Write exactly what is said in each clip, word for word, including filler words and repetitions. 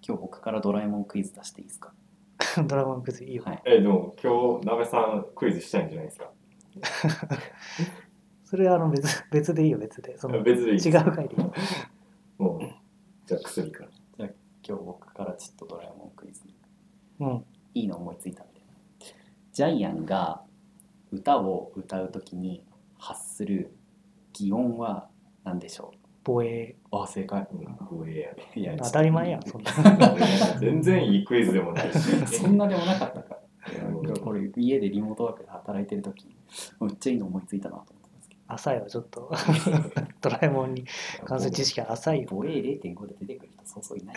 今日僕からドラえもんクイズ出していいですか？ ドラゴンクイズいいよ、 はい。 え、でも今日、なべさんクイズしたいんじゃないですか？ それはあの別別でいいよ、別で。その別でいいです違う回でいいよ。 もう、じゃあ薬から。 じゃあ今日僕からちょっとドラえもんクイズうん。 いいの思いついたんで。ジャイアンが歌を歌うときに発する擬音は何でしょ防衛。 う？あ、正解。 うん、上やね。 いや当たり前やん、そんな。 全然いいクイズでもないし。 そんなでもなかったか。いや今日これ家でリモートワークで働いてるときめっちゃいいの思いついたなと思ってますけ浅いわ、ちょっと。ドラえもんにど。 関する知識が浅いよ。 防衛 れいてんご で出てくる人そうそういない。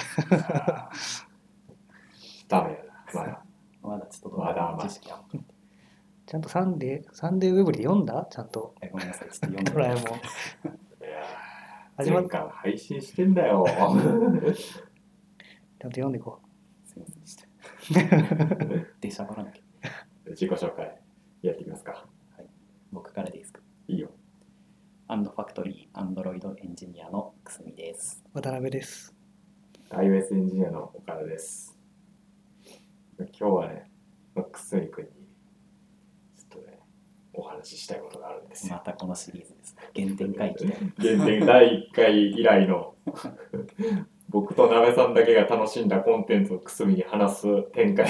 ダメやな。まだ。 まだちょっとドラえもんの知識ある。 ちゃんとサンデー、サンデーウェブで読んだちゃんと。 えごめんなさい、ちょっと読んでドラえもん。 いや始まっ前回配信してんだよ。 ちゃんと読んでいこすいませんでした。でしゃばらなきゃ。 自己紹介やっていきますか。 僕からでいいですか？ いいよ。 アンドファクトリーアンドロイドエンジニアのくすみです。 う。渡辺です。 iOS エンジニアの岡田です。今日はね、くすみくんにちょっとね、お話ししたいことがあるんですよ。 またこのシリーズです。原点回帰で。 原点だいいっかい以来の僕となべさんだけが楽しんだコンテンツをくすみに話す展開。い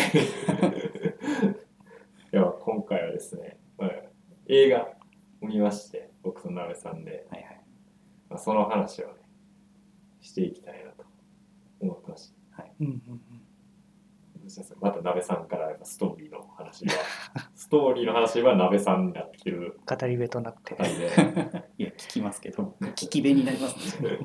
や今回はですね、まあ、映画を見まして、僕となべさんで、 はいはい。 まあ、その話をね、していきたいなと思ってました。 はい。 うんうんうん。 またなべさんからストーリーの話は、ストーリーの話はなべさんになってきてる語り部となって。 形で、 いや、聞きますけど、聞き部になりますね。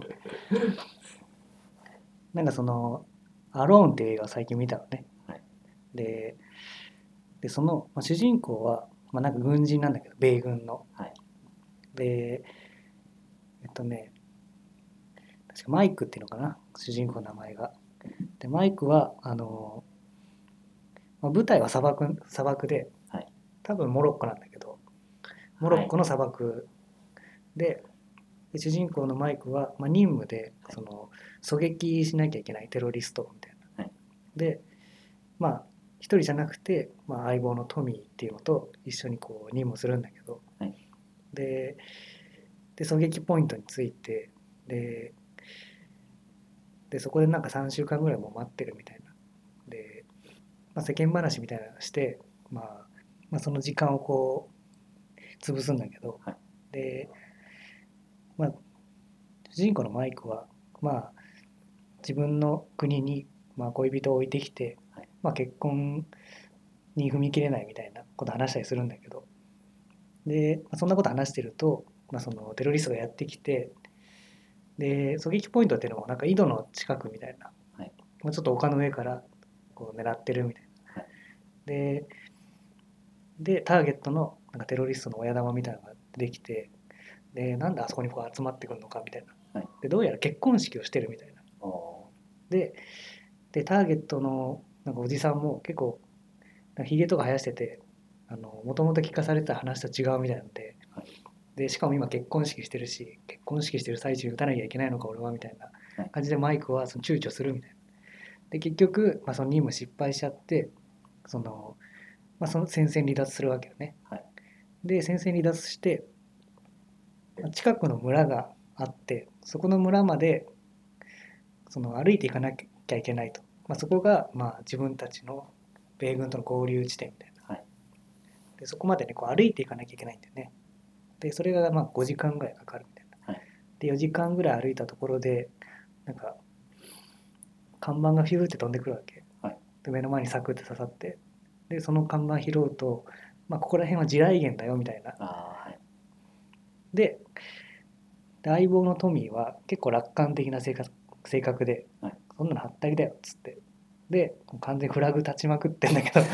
なんかその、アローンっていう映画を最近見たのね。 はいで、でその、まあ、主人公は、まあ、なんか軍人なんだけど、米軍の。 はい。 で、えっとね、確かマイクっていうのかな、主人公の名前が。で、マイクは、あの、まあ、舞台は砂漠、砂漠で、 はい。 多分モロッコなんだけど、モロッコの砂漠で、で主人公のマイクは、まあ、任務ではいその狙撃しなきゃいけないテロリストみたいな。 はいで、まあ一人じゃなくて、まあ、相棒のトミーっていうのと一緒にこう任務するんだけど、 はいでで狙撃ポイントについてででそこでなんかさんしゅうかんぐらいもう待ってるみたいな。で、まあ、世間話みたいなのして、まあ、まあその時間をこう潰すんだけど、 はいで、まあ、主人公のマイクは、まあ、自分の国に、まあ、恋人を置いてきて、 はいまあ、結婚に踏み切れないみたいなこと話したりするんだけど、で、まあ、そんなこと話してると、まあ、そのテロリストがやってきて、で狙撃ポイントっていうのもなんか井戸の近くみたいな、 はいもうちょっと丘の上からこう狙ってるみたいな、 はいででターゲットのなんかテロリストの親玉みたいなのができて、でなんであそこにこう集まってくるのかみたいな、 はいでどうやら結婚式をしてるみたいな。 おででターゲットのなんかおじさんも結構なんかひげとか生やしてて、もともと聞かされてた話と違うみたいなので、 はいでしかも今結婚式してるし、結婚式してる最中に打たなきゃいけないのか俺はみたいはない感じでマイクはその躊躇するみたいな。で結局、まあ、その任務失敗しちゃって、その、まあ、その戦線離脱するわけよね。 はいで戦線離脱して、まあ近くの村があって、そこの村までその歩いていかなきゃいけないと、まあ、そこがまあ自分たちの米軍との合流地点みたいな。 はいでそこまでねこう歩いていかなきゃいけないんだよね。でそれがまあごじかんぐらいかかるみたいな。 はいでよじかんぐらい歩いたところでなんか看板がフューって飛んでくるわけ。 はいで目の前にサクって刺さって、でその看板拾うと、まあ、ここら辺は地雷原だよみたいな。 あーはいでで相棒のトミーは結構楽観的な性格性格で、 はいそんなのはったりだよっつって、で完全にフラグ立ちまくってんだけど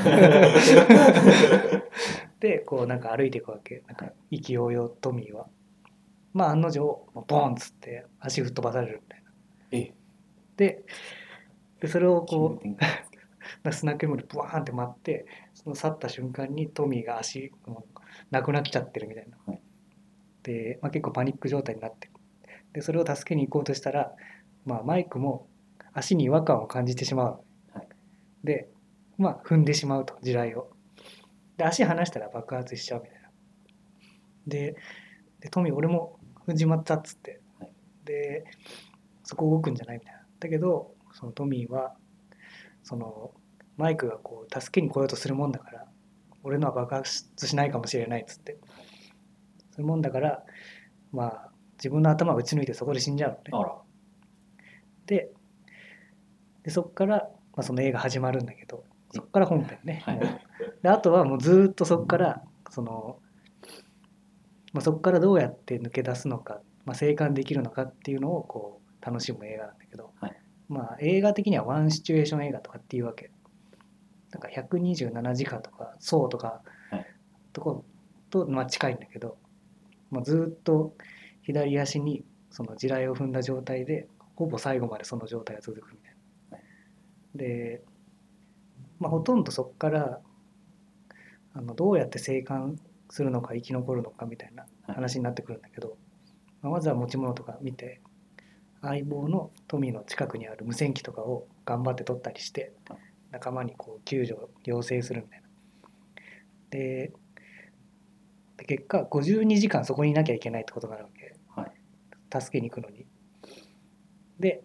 でこうなんか歩いていくわけ。なんか意気揚々トミーは、まあ案の定ボーンっつって足吹っ飛ばされるみたいな。 えででそれを急こ展開ですけどう砂煙ブワーンって舞って、その去った瞬間にトミーが足もうなくなっちゃってるみたいな。 はいで、まあ、結構パニック状態になってる。でそれを助けに行こうとしたら、まあ、マイクも足に違和感を感じてしまう、 はい、 でまあ踏んでしまうと地雷を。で足離したら爆発しちゃうみたいな。ででトミー俺も踏んじまったっつって、 はい、 でそこ動くんじゃないみたいな。だけどそのトミーはそのマイクがこう助けに来ようとするもんだから俺のは爆発しないかもしれないっつって、そういうもんだからまあ自分の頭を打ち抜いてそこで死んじゃうのね。 あら。 ででそこから、まあ、その映画始まるんだけど、そこから本編ね、 はい、 もうであとはもうずっとそこからその、まあ、そこからどうやって抜け出すのか、まあ、生還できるのかっていうのをこう楽しむ映画なんだけど、 はい、 まあ映画的にはワンシチュエーション映画とかっていうわけ。なんかひゃくにじゅうななじかんとかそうとか、 はい、 とことまあ近いんだけど、まあ、ずっと左足にその地雷を踏んだ状態でほぼ最後までその状態が続くみたいな。で、まあ、ほとんどそこからあのどうやって生還するのか生き残るのかみたいな話になってくるんだけど、まあ、まずは持ち物とか見て相棒のトミーの近くにある無線機とかを頑張って取ったりして仲間にこう救助を要請するみたいな。でで結果ごじゅうにじかんそこにいなきゃいけないってことになるわけ、 はい、 助けに行くのに。で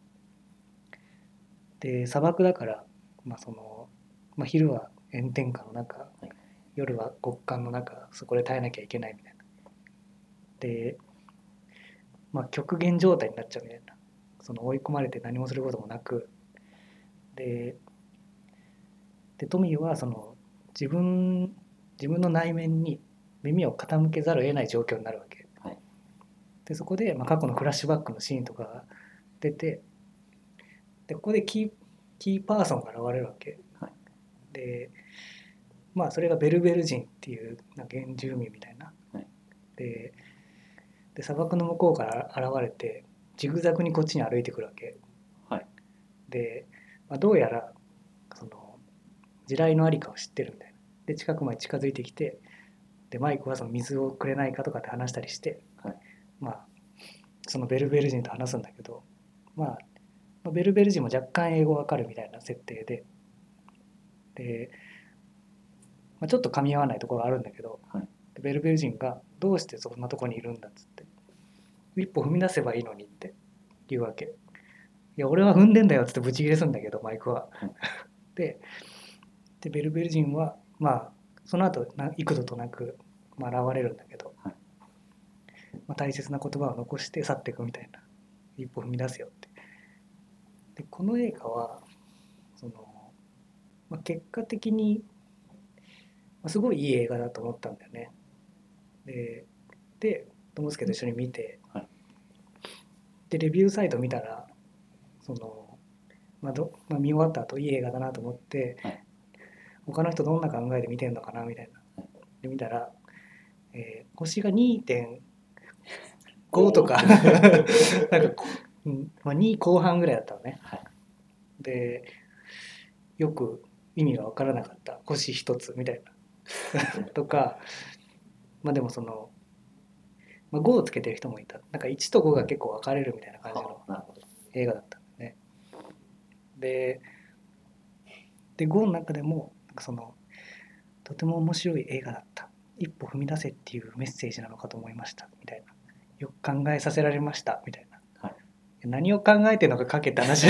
で砂漠だから、まあそのまあ、昼は炎天下の中、 はい、 夜は極寒の中そこで耐えなきゃいけないみたいな。で、まあ、極限状態になっちゃうみたいな。その追い込まれて何もすることもなく、ででトミーはその自分自分の内面に耳を傾けざるを得ない状況になるわけ。 はい、 でそこで、まあ、過去のフラッシュバックのシーンとかが出て、でここでキーキーパーソンが現れるわけ。 はい、 でまあそれがベルベル人っていうなんか原住民みたいな。 はい、 でで砂漠の向こうから現れてジグザグにこっちに歩いてくるわけ。 はい、 で、まあ、どうやらその地雷のありかを知ってるみたいな。で近くまで近づいてきて、でマイクはその水をくれないかとかって話したりして、 はい、 まあそのベルベル人と話すんだけど、まあベルベル人も若干英語わかるみたいな設定で、で、まあ、ちょっと噛み合わないところがあるんだけど、 はい、 ベルベル人がどうしてそんなところにいるんだっつって、一歩踏み出せばいいのにって言うわけ。いや俺は踏んでんだよっつってブチギレするんだけどマイクは。 はい、 ででベルベル人はまあその後な幾度となく、まあ、現れるんだけど、 はい、 まあ、大切な言葉を残して去っていくみたいな。一歩踏み出せよって。でこの映画はその、まあ、結果的に、まあ、すごいいい映画だと思ったんだよね。でで友介と一緒に見て、 はい、 でレビューサイト見たらその、まあどまあ、見終わった後いい映画だなと思って、 はい、 他の人どんな考えで見てんのかなみたいな。 はい、 で見たら、えー星が にてんご とかなんか、うんまあ、に後半ぐらいだったのね。 はい、 でよく意味が分からなかった星一つみたいなとか、まあでもその、まあ、ごをつけてる人もいた。なんかいちとごが結構分かれるみたいな感じのはあ、なるほど。 映画だったんだね。ででごの中でもなんかそのとても面白い映画だった、一歩踏み出せっていうメッセージなのかと思いましたみたいな、よく考えさせられましたみたいな、 はい、 何を考えてるのか書けって話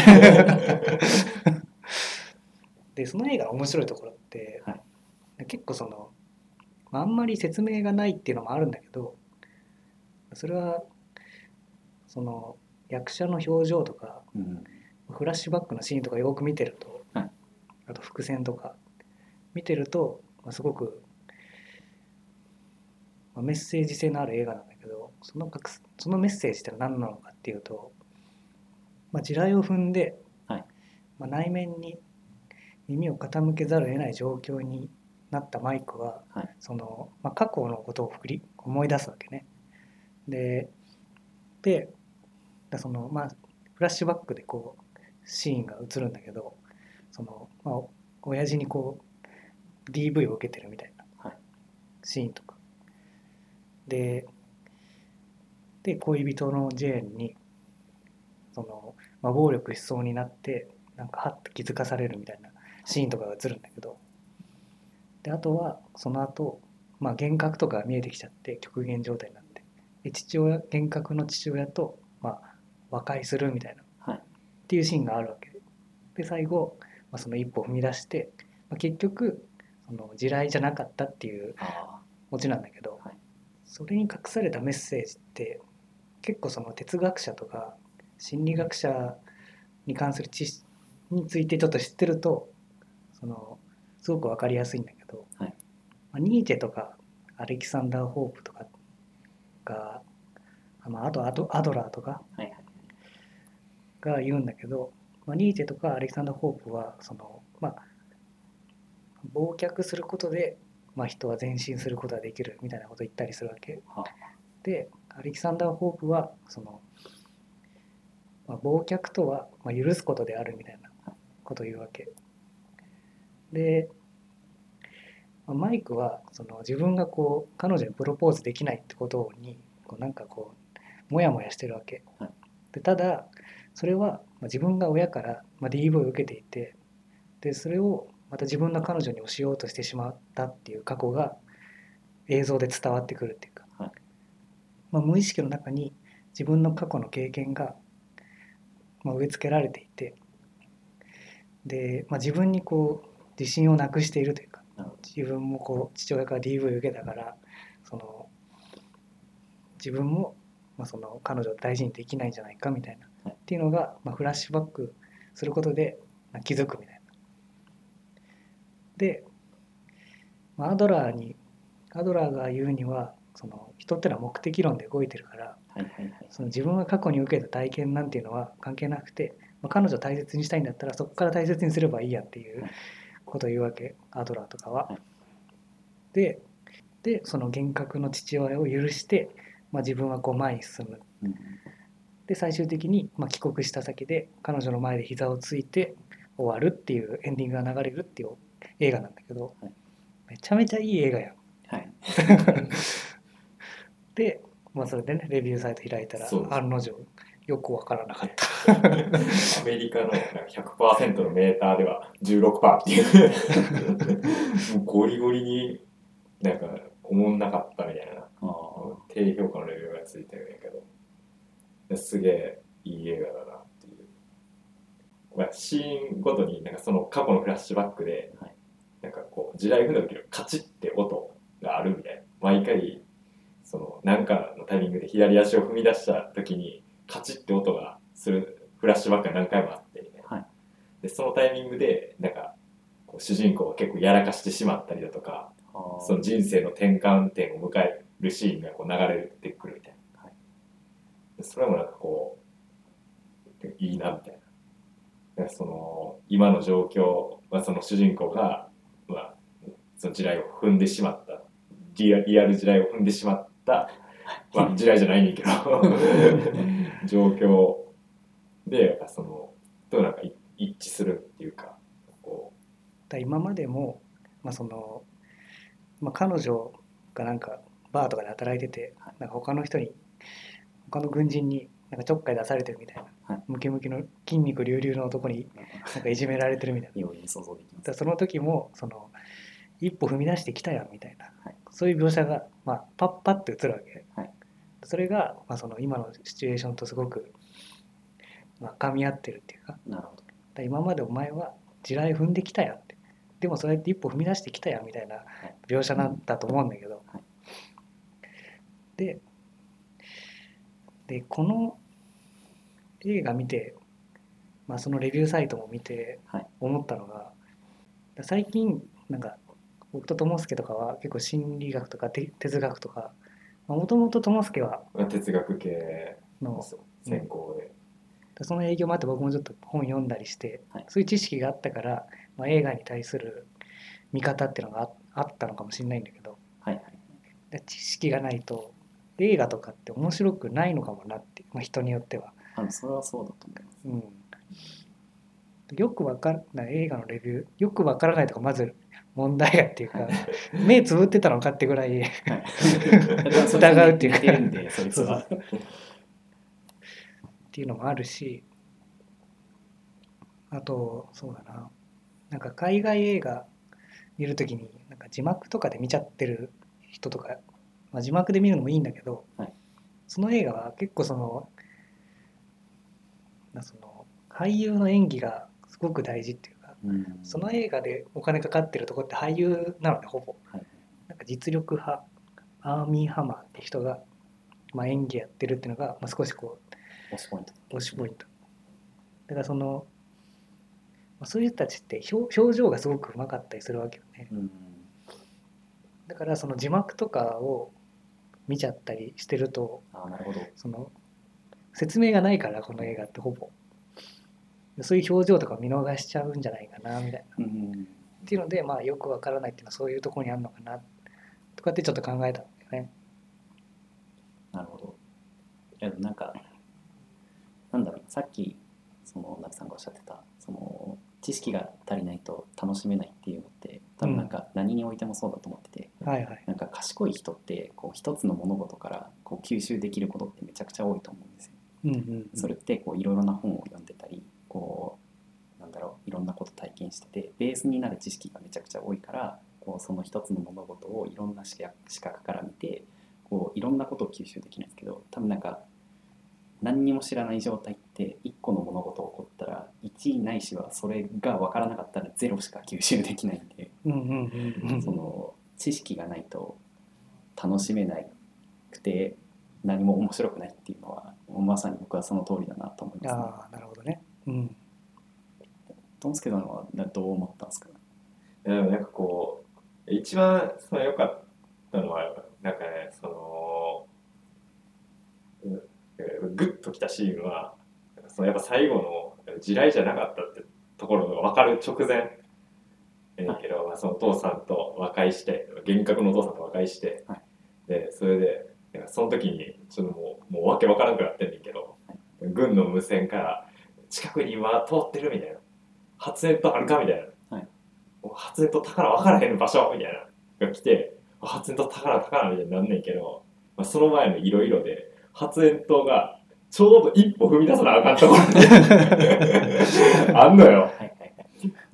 でその映画の面白いところって、 はい、 結構そのあんまり説明がないっていうのもあるんだけど、それはその役者の表情とか、 うん、 フラッシュバックのシーンとかよく見てると、 はい、 あと伏線とか見てると、まあ、すごく、まあ、メッセージ性のある映画なんだけど、そのそのメッセージって何なのかっていうと、まあ、地雷を踏んで、 はい、 まあ、内面に耳を傾けざるを得ない状況になったマイクは、 はい、 そのまあ、過去のことを振り思い出すわけね。ででだその、まあ、フラッシュバックでこうシーンが映るんだけど、その、まあ、親父にこう ディーブイ を受けてるみたいなシーンとかでで恋人のジェーンにその、まあ、暴力しそうになってなんかはっと気づかされるみたいなシーンとかが映るんだけど、であとはその後、まあ幻覚とかが見えてきちゃって極限状態になって、で父親幻覚の父親と、まあ、和解するみたいな、 はい、 っていうシーンがあるわけで、最後、まあ、その一歩踏み出して、まあ、結局その地雷じゃなかったっていうオチなんだけど、 はい、 それに隠されたメッセージって結構その哲学者とか心理学者に関する知識についてちょっと知ってるとそのすごく分かりやすいんだけど、 はい、 まあ、ニーチェとかアレキサンダー・ホープとかが、まあ、あとアドアドラーとかはいはいが言うんだけど、まあ、ニーチェとかアレキサンダー・ホープはその、まあ、忘却することで、まあ、人は前進することができるみたいなことを言ったりするわけはで、アレキサンダー・ホープはその、まあ、忘却とは、まあ、許すことであるみたいなことを言うわけで、まあマイクはその自分がこう彼女にプロポーズできないってことにこうなんかこうモヤモヤしてるわけはいで、ただそれはまあ自分が親からまあ ディーブイ を受けていて、でそれをまた自分の彼女に教えようとしてしまったっていう過去が映像で伝わってくるっていうか、 はいまあ、無意識の中に自分の過去の経験がまあ植え付けられていて、で、まあ、自分にこう自信をなくしているというか、 なるほど自分もこう父親から ディーブイ を受けたからその自分もまあその彼女を大事にできないんじゃないかみたいな、 はいっていうのがまあフラッシュバックすることでまあ気づくみたいな。で、まあ、アドラーにアドラーが言うにはその人ってのは目的論で動いてるから、 はいはいはいその自分が過去に受けた体験なんていうのは関係なくて、まあ、彼女を大切にしたいんだったらそこから大切にすればいいやっていうことを言うわけ、アドラーとかは。 はいででその幻覚の父親を許して、まあ、自分はこう前に進む。 うんで最終的にまあ帰国した先で彼女の前で膝をついて終わるっていうエンディングが流れるっていう映画なんだけど、 はいめちゃめちゃいい映画やん。 はいで、まあ、それでねレビューサイト開いたらそうです案の定よくわからなかったアメリカのなんか ひゃくパーセント のメーターでは じゅうろくパーセント っていうもうゴリゴリになんか思んなかったみたいなあー低評価のレビューがついてるんやけど、すげえいい映画だなっていう、まあ、シーンごとになんかその過去のフラッシュバックで、 はいなんかこう地雷踏んだ時のカチッって音があるみたいな、毎回その何かのタイミングで左足を踏み出した時にカチッって音がするフラッシュバックが何回もあってみたいな、 はいでそのタイミングでなんかこう主人公が結構やらかしてしまったりだとか、 あーその人生の転換点を迎えるシーンがこう流れてくるみたいな、 はいでそれもなんかこういいなみたいな、なんかその今の状況はその主人公が、まあ、その地雷を踏んでしまったリアリアル地雷を踏んでしまった、まあ、地雷じゃないねんけど状況でやっぱそのとなんか一致するっていうか、こだ今までも、まあそのまあ、彼女がなんかバーとかで働いてて、なんか他の人に他の軍人になんかちょっかい出されてるみたいな、 はいムキムキの筋肉隆々の男になんかいじめられてるみたいな。 より想像できますだからその時もその一歩踏み出してきたやんみたいな、 はいそういう描写が、まあ、パッパッて映るわけ、 はいそれが、まあ、その今のシチュエーションとすごく、まあ、噛み合ってるっていうか、だかなるほどら今までお前は地雷踏んできたやんって、でもそうやって一歩踏み出してきたやんみたいな描写なんだと思うんだけど、 はいででこの映画見て、まあ、そのレビューサイトも見てはい思ったのが、最近なんか僕と友介とかは結構心理学とかて哲学とか、もともと友介はう、まあ、哲学系の専攻で、 その影響もあって僕もちょっと本読んだりして、 はいそういう知識があったから、まあ、映画に対する見方っていうのが あ, あったのかもしれないんだけど、 はいはいで知識がないと映画とかって面白くないのかもなって、まあ、人によっては、 あのそれはそうだと思いますうん、よくわからない映画のレビューよくわからないとかまず問題やっていうか目つぶってたのかってぐらいはい疑うっていうか似てるんでそいつはっていうのもあるし、 あとそうだな、なんか海外映画見るときになんか字幕とかで見ちゃってる人とか、まあ、字幕で見るのもいいんだけど、 はいその映画は結構そのなその俳優の演技がすごく大事っていうか、 うんその映画でお金かかってるとこって俳優なのでほぼはいなんか実力派アーミーハマーって人が、まあ、演技やってるっていうのが、まあ、少しこ推しポイントう推しポイントだからその、まあ、そういう人たちって表表情がすごくうまかったりするわけよね。 うんだからその字幕とかを見ちゃったりしてると、 ああなるほどその説明がないからこの映画ってほぼそういう表情とか見逃しちゃうんじゃないかなみたいな、 うんっていうので、まあ、よくわからないっていうのはそういうところにあるのかなとかってちょっと考えたんだよね。 なるほど。いやなんかなんだろうさっきそのナツさんがおっしゃってたその知識が足りないと楽しめないっていうのって多分なんか何においてもそうだと思ってて、 はいはい。 なんか賢い人ってこう一つの物事からこう吸収できることってめちゃくちゃ多いと思うんですよ。 うんうんうん、 それってこういろいろな本を読んでたりこうなんだろういろんなこと体験しててベースになる知識がめちゃくちゃ多いからこうその一つの物事をいろんな視覚から見てこういろんなことを吸収できないんですけど、多分なんか何にも知らない状態っていっこの物事が起こったらいちいないしはそれが分からなかったらゼロしか吸収できないんで、 うんうんうんうん、 その知識がないと楽しめなくて何も面白くないっていうのはまさに僕はその通りだなと思いますね。 ああなるほどね。うん。 トンスケさんはどう思ったんですか？ でもなんかこう一番その良かったのはなんかねそのグッときたシーンはそのやっぱ最後の地雷じゃなかったってところが分かる直前ええけど、まあ、そのお父さんと和解して幻覚のお父さんと和解して、 はい、 でそれでその時にちょっともうもうわけわからなくなってんねんけど、はい、軍の無線から近くに今通ってるみたいな発煙筒あるかみたいな、はい、発煙筒宝分からへん場所みたいなが来て発煙筒宝宝みたいになんねんけど、まあ、その前のいろいろで発煙筒がちょうど一歩踏み出さなあかんところにあんのよ。はいはいはい、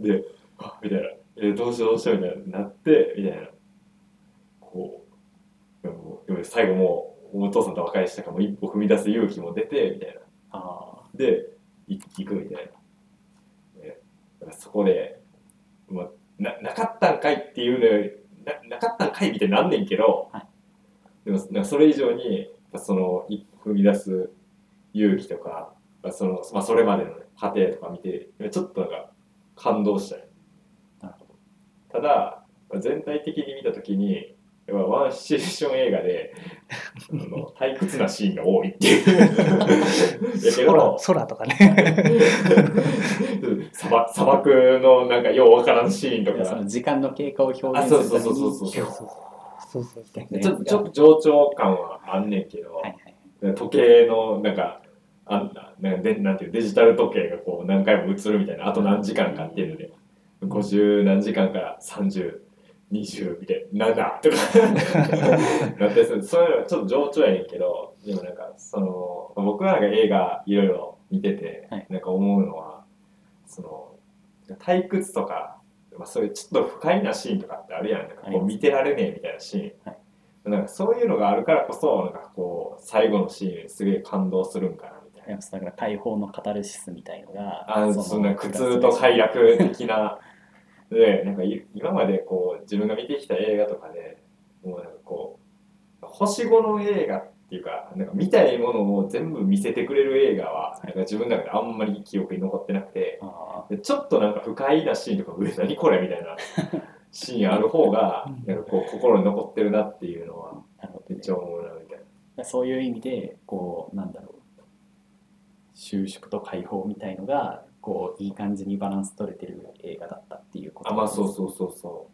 でみたいな、えー、どうしようどうしようみたいになってみたいな、こうでも最後もうお父さんと和解したからもう一歩踏み出す勇気も出てみたいな、あで行くみたいな、ね、だからそこで、まあ、な, なかったんかいっていうのより な, なかったんかいみたいになんねんけど、はい、でもなんかそれ以上にその一歩踏み出す勇気とかその、まあ、それまでの過程とか見てちょっとなんか感動したよ。なるほど。ただ全体的に見たときにワンシチュエーション映画であの退屈なシーンが多いっていうやけど空, 空とかね砂漠、砂漠のなんかようわからんシーンとかその時間の経過を表現するためにそうそうそうそうそうそうちょっとちょっと情緒感はあんねんけど、はいはい、時計のなんかあんなんでなんていうデジタル時計がこう何回も映るみたいな、あと何時間かっていうのでごじゅう何時間からさんじゅう、にじゅうみたいなななとかなってそういうのはちょっと情緒やねんけど、でもなんかその僕はなんか映画いろいろ見てて、はい、なんか思うのはその退屈とか、まあ、そういうちょっと不快なシーンとかってあるやん、なんかこう見てられねえみたいなシーン、はい、なんかそういうのがあるからこそなんかこう最後のシーンすげえ感動するんかなみたいな。 だから解放のカタルシスみたいのがあそんな苦痛と快楽的なで、なんか今までこう自分が見てきた映画とかでもうなんかこう星ごの映画っていうか、なんか見たいものを全部見せてくれる映画はなんか自分の中であんまり記憶に残ってなくて、でちょっとなんか不快なシーンとか「上何これ?」みたいなシーンある方がなんかこう心に残ってるなっていうのはめっちゃ思うなみたいな。 そういう意味でこうなんだろう収縮と解放みたいのがこういい感じにバランス取れてる映画だったっていうこと。 あ、まあそうそうそうそう。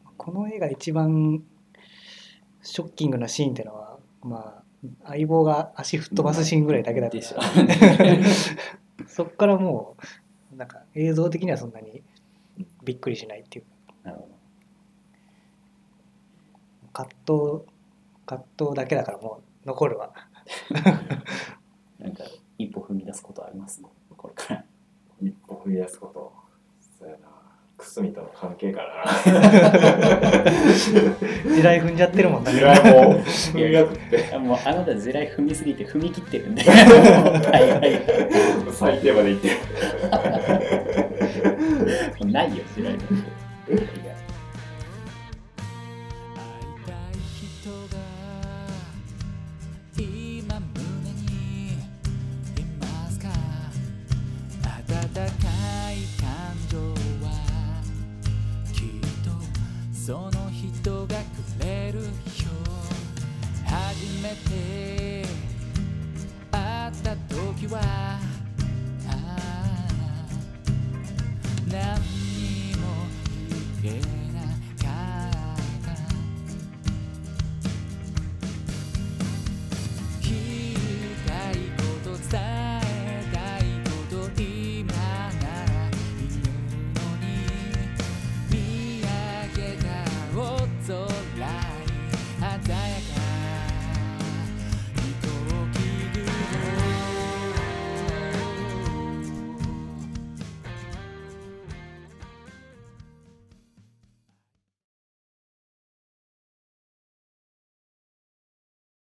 この映画一番ショッキングなシーンっていうのは、まあ相棒が足吹っ飛ばすシーンぐらいだけだから、そっからもうなんか映像的にはそんなにびっくりしないっていう。なるほど。葛藤葛藤だけだからもう残るわ。 なんか一歩踏み出すことありますね、これから。 一地雷踏んじゃってるもんね。 地雷も踏みまくってもうあなた地雷踏みすぎて踏み切ってるんで大概最低まで行ってもうないよ地雷なんて。いや今胸にいますか。温かい感情はきっとその人がくれるよ。初めて会った時は